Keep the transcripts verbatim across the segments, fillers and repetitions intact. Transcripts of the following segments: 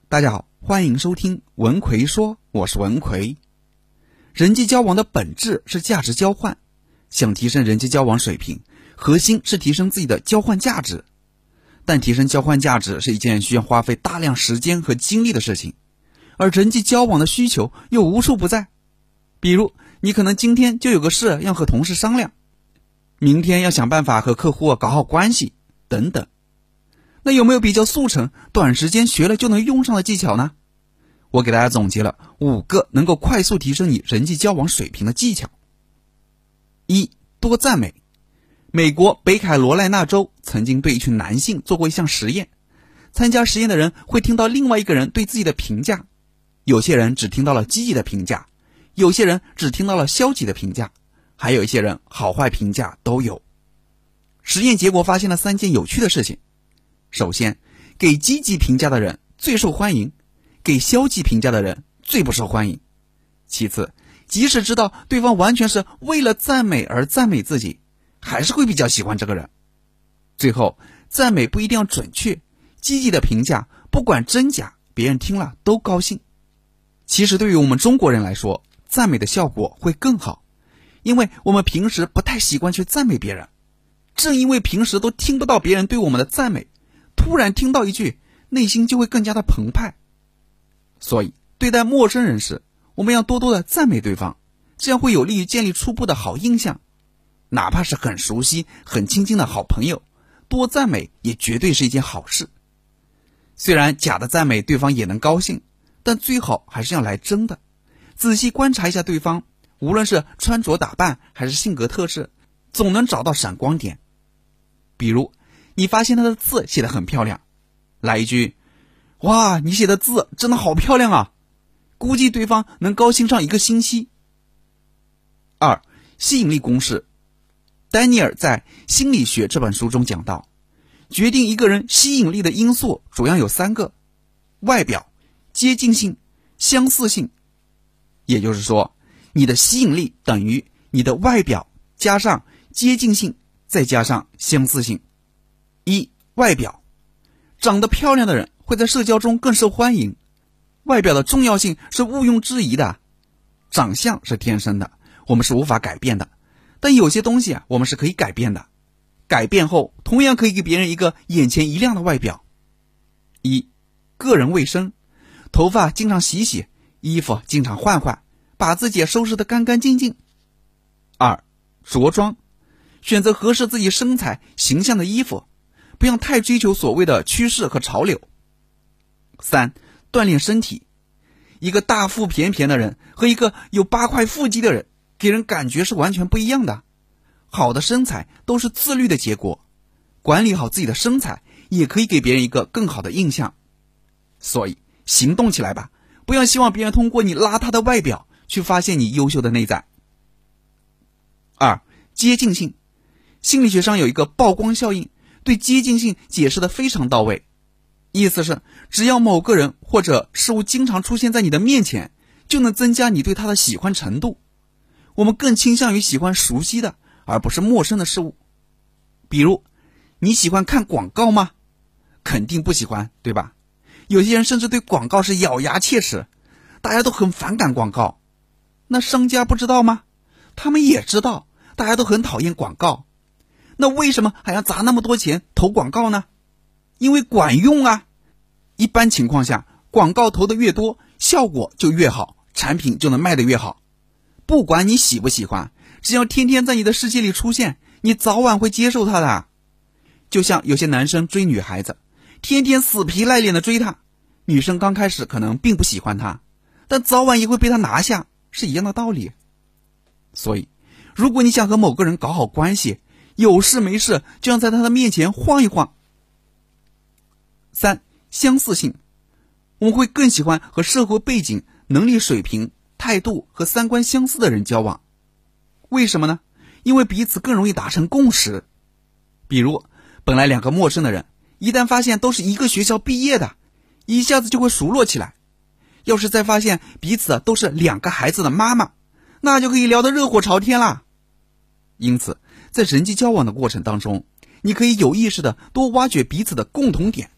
大家好，欢迎收听文奎说，我是文奎。人际交往的本质是价值交换，想提升人际交往水平，核心是提升自己的交换价值。但提升交换价值是一件需要花费大量时间和精力的事情，而人际交往的需求又无处不在。比如，你可能今天就有个事要和同事商量，明天要想办法和客户搞好关系，等等。那有没有比较速成、短时间学了就能用上的技巧呢？我给大家总结了五个能够快速提升你人际交往水平的技巧。一、多赞美。美国北卡罗来纳州曾经对一群男性做过一项实验，参加实验的人会听到另外一个人对自己的评价，有些人只听到了积极的评价，有些人只听到了消极的评价，还有一些人好坏评价都有。实验结果发现了三件有趣的事情。首先，给积极评价的人最受欢迎，给消极评价的人最不受欢迎。其次，即使知道对方完全是为了赞美而赞美自己，还是会比较喜欢这个人。最后，赞美不一定要准确，积极的评价不管真假，别人听了都高兴。其实对于我们中国人来说，赞美的效果会更好，因为我们平时不太习惯去赞美别人。正因为平时都听不到别人对我们的赞美，突然听到一句，内心就会更加的澎湃。所以对待陌生人时，我们要多多的赞美对方，这样会有利于建立初步的好印象。哪怕是很熟悉很亲近的好朋友，多赞美也绝对是一件好事。虽然假的赞美对方也能高兴，但最好还是要来真的。仔细观察一下对方，无论是穿着打扮还是性格特质，总能找到闪光点。比如你发现他的字写得很漂亮，来一句，哇，你写的字真的好漂亮啊，估计对方能高兴上一个星期。二、吸引力公式。丹尼尔在《心理学》这本书中讲到，决定一个人吸引力的因素主要有三个：外表、接近性、相似性。也就是说，你的吸引力等于你的外表加上接近性再加上相似性。一、外表。长得漂亮的人会在社交中更受欢迎，外表的重要性是毋庸置疑的。长相是天生的，我们是无法改变的，但有些东西啊，我们是可以改变的。改变后，同样可以给别人一个眼前一亮的外表。一、个人卫生。头发经常洗洗，衣服经常换换，把自己收拾得干干净净。二、着装。选择合适自己身材形象的衣服，不要太追求所谓的趋势和潮流。三、锻炼身体。一个大腹便便的人和一个有八块腹肌的人，给人感觉是完全不一样的。好的身材都是自律的结果，管理好自己的身材也可以给别人一个更好的印象。所以行动起来吧，不要希望别人通过你邋遢的外表去发现你优秀的内在。二、接近性。心理学上有一个曝光效应，对接近性解释得非常到位。意思是，只要某个人或者事物经常出现在你的面前，就能增加你对他的喜欢程度。我们更倾向于喜欢熟悉的，而不是陌生的事物。比如，你喜欢看广告吗？肯定不喜欢，对吧？有些人甚至对广告是咬牙切齿，大家都很反感广告。那商家不知道吗？他们也知道，大家都很讨厌广告。那为什么还要砸那么多钱投广告呢？因为管用啊！一般情况下，广告投的越多，效果就越好，产品就能卖得越好。不管你喜不喜欢，只要天天在你的世界里出现，你早晚会接受它的。就像有些男生追女孩子，天天死皮赖脸的追她，女生刚开始可能并不喜欢他，但早晚也会被他拿下，是一样的道理。所以，如果你想和某个人搞好关系，有事没事就要在他的面前晃一晃。三、相似性。我们会更喜欢和社会背景、能力水平、态度和三观相似的人交往。为什么呢？因为彼此更容易达成共识。比如，本来两个陌生的人，一旦发现都是一个学校毕业的，一下子就会熟络起来。要是再发现彼此都是两个孩子的妈妈，那就可以聊得热火朝天啦。因此，在人际交往的过程当中，你可以有意识的多挖掘彼此的共同点，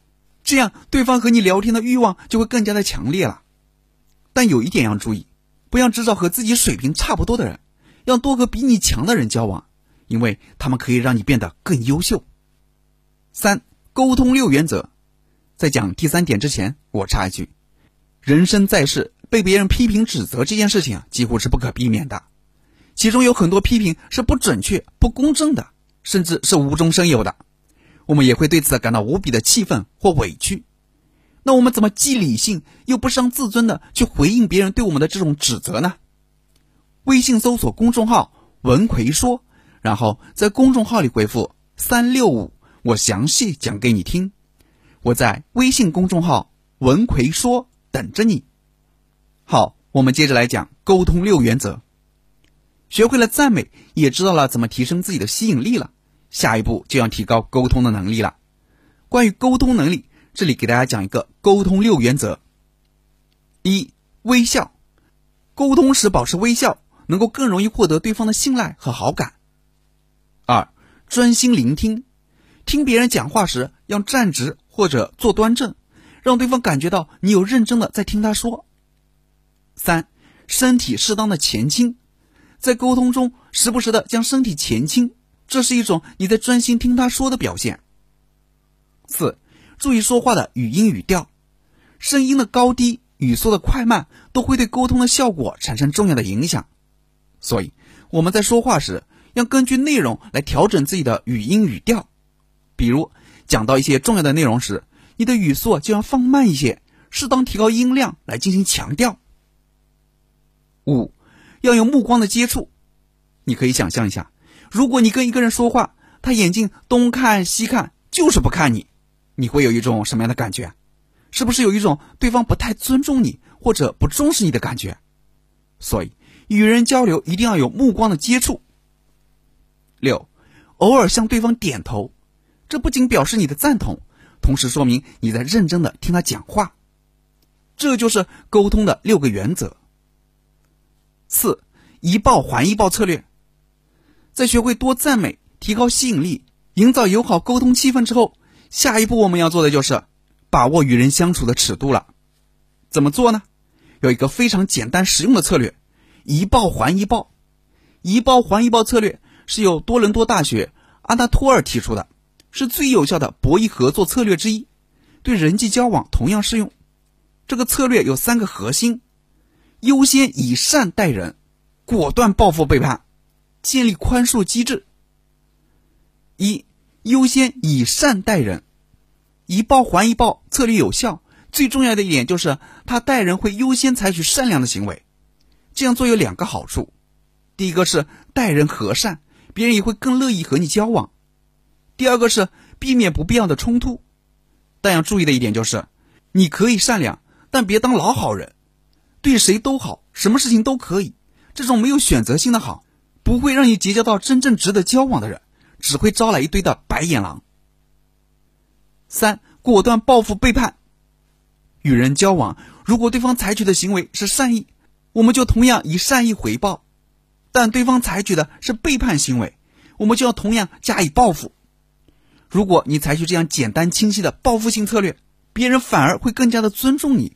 这样对方和你聊天的欲望就会更加的强烈了。但有一点要注意，不要只找和自己水平差不多的人，要多和比你强的人交往，因为他们可以让你变得更优秀。三、沟通六原则。在讲第三点之前，我插一句，人生在世，被别人批评指责这件事情啊，几乎是不可避免的。其中有很多批评是不准确、不公正的，甚至是无中生有的。我们也会对此感到无比的气愤或委屈。那我们怎么既理性又不伤自尊的去回应别人对我们的这种指责呢？微信搜索公众号文奎说，然后在公众号里回复三六五，我详细讲给你听。我在微信公众号文奎说等着你。好，我们接着来讲沟通六原则。学会了赞美，也知道了怎么提升自己的吸引力了，下一步就要提高沟通的能力了。关于沟通能力，这里给大家讲一个沟通六原则。一、微笑。沟通时保持微笑，能够更容易获得对方的信赖和好感。二、专心聆听。听别人讲话时要站直或者坐端正，让对方感觉到你有认真的在听他说。三、身体适当的前倾。在沟通中时不时的将身体前倾，这是一种你在专心听他说的表现。四、注意说话的语音语调。声音的高低、语速的快慢都会对沟通的效果产生重要的影响，所以我们在说话时要根据内容来调整自己的语音语调。比如讲到一些重要的内容时，你的语速就要放慢一些，适当提高音量来进行强调。五、要有目光的接触。你可以想象一下，如果你跟一个人说话，他眼睛东看西看，就是不看你，你会有一种什么样的感觉？是不是有一种对方不太尊重你或者不重视你的感觉？所以与人交流一定要有目光的接触。六、偶尔向对方点头，这不仅表示你的赞同，同时说明你在认真的听他讲话。这就是沟通的六个原则。四、一报还一报策略。在学会多赞美、提高吸引力、营造友好沟通气氛之后，下一步我们要做的就是把握与人相处的尺度了。怎么做呢？有一个非常简单实用的策略，一报还一报。一报还一报策略是由多伦多大学阿纳托尔提出的，是最有效的博弈合作策略之一，对人际交往同样适用。这个策略有三个核心：优先以善待人，果断报复背叛，建立宽恕机制。一、优先以善待人。一报还一报策略有效，最重要的一点就是他待人会优先采取善良的行为。这样做有两个好处，第一个是待人和善，别人也会更乐意和你交往。第二个是避免不必要的冲突。但要注意的一点就是，你可以善良，但别当老好人，对谁都好，什么事情都可以，这种没有选择性的好，不会让你结交到真正值得交往的人，只会招来一堆的白眼狼。三、果断报复背叛。与人交往，如果对方采取的行为是善意，我们就同样以善意回报；但对方采取的是背叛行为，我们就要同样加以报复。如果你采取这样简单清晰的报复性策略，别人反而会更加的尊重你。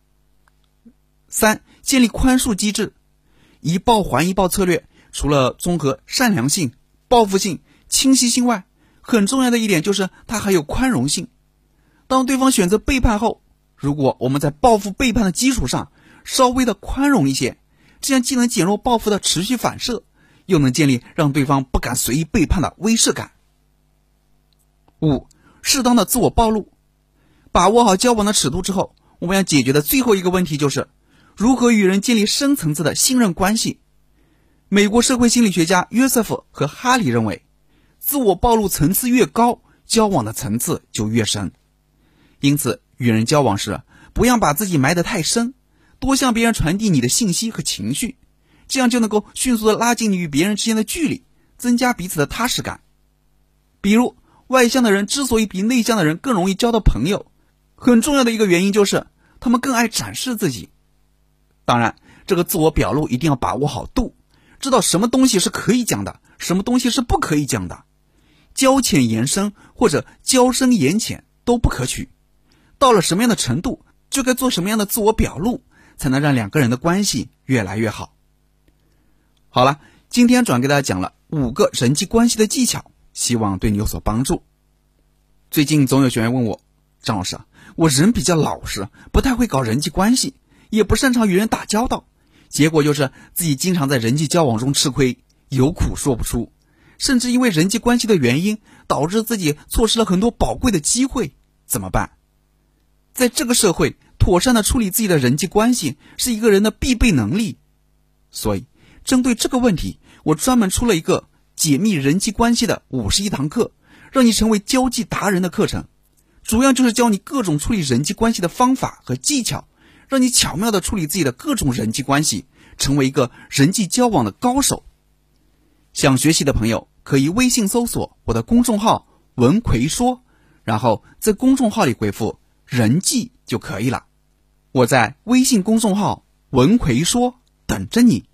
三、建立宽恕机制。一报还一报策略除了综合善良性、报复性、清晰性外，很重要的一点就是它还有宽容性。当对方选择背叛后，如果我们在报复背叛的基础上稍微的宽容一些，这样既能减弱报复的持续反射，又能建立让对方不敢随意背叛的威慑感。五、适当的自我暴露。把握好交往的尺度之后，我们要解决的最后一个问题就是如何与人建立深层次的信任关系。美国社会心理学家约瑟夫和哈里认为，自我暴露层次越高，交往的层次就越深。因此与人交往时，不要把自己埋得太深，多向别人传递你的信息和情绪，这样就能够迅速的拉近你与别人之间的距离，增加彼此的踏实感。比如外向的人之所以比内向的人更容易交到朋友，很重要的一个原因就是他们更爱展示自己。当然这个自我表露一定要把握好度，知道什么东西是可以讲的，什么东西是不可以讲的，交浅言深或者交深言浅都不可取。 到了什么样的程度，就该做什么样的自我表露，才能让两个人的关系越来越好。好了，今天主要给大家讲了五个人际关系的技巧，希望对你有所帮助。最近总有学员问我，张老师，我人比较老实，不太会搞人际关系，也不擅长与人打交道，结果就是自己经常在人际交往中吃亏，有苦说不出，甚至因为人际关系的原因，导致自己错失了很多宝贵的机会，怎么办？在这个社会，妥善的处理自己的人际关系是一个人的必备能力。所以针对这个问题，我专门出了一个解密人际关系的五十一堂课，让你成为交际达人的课程，主要就是教你各种处理人际关系的方法和技巧，让你巧妙的处理自己的各种人际关系，成为一个人际交往的高手。想学习的朋友可以微信搜索我的公众号文奎说，然后在公众号里回复人际就可以了。我在微信公众号文奎说等着你。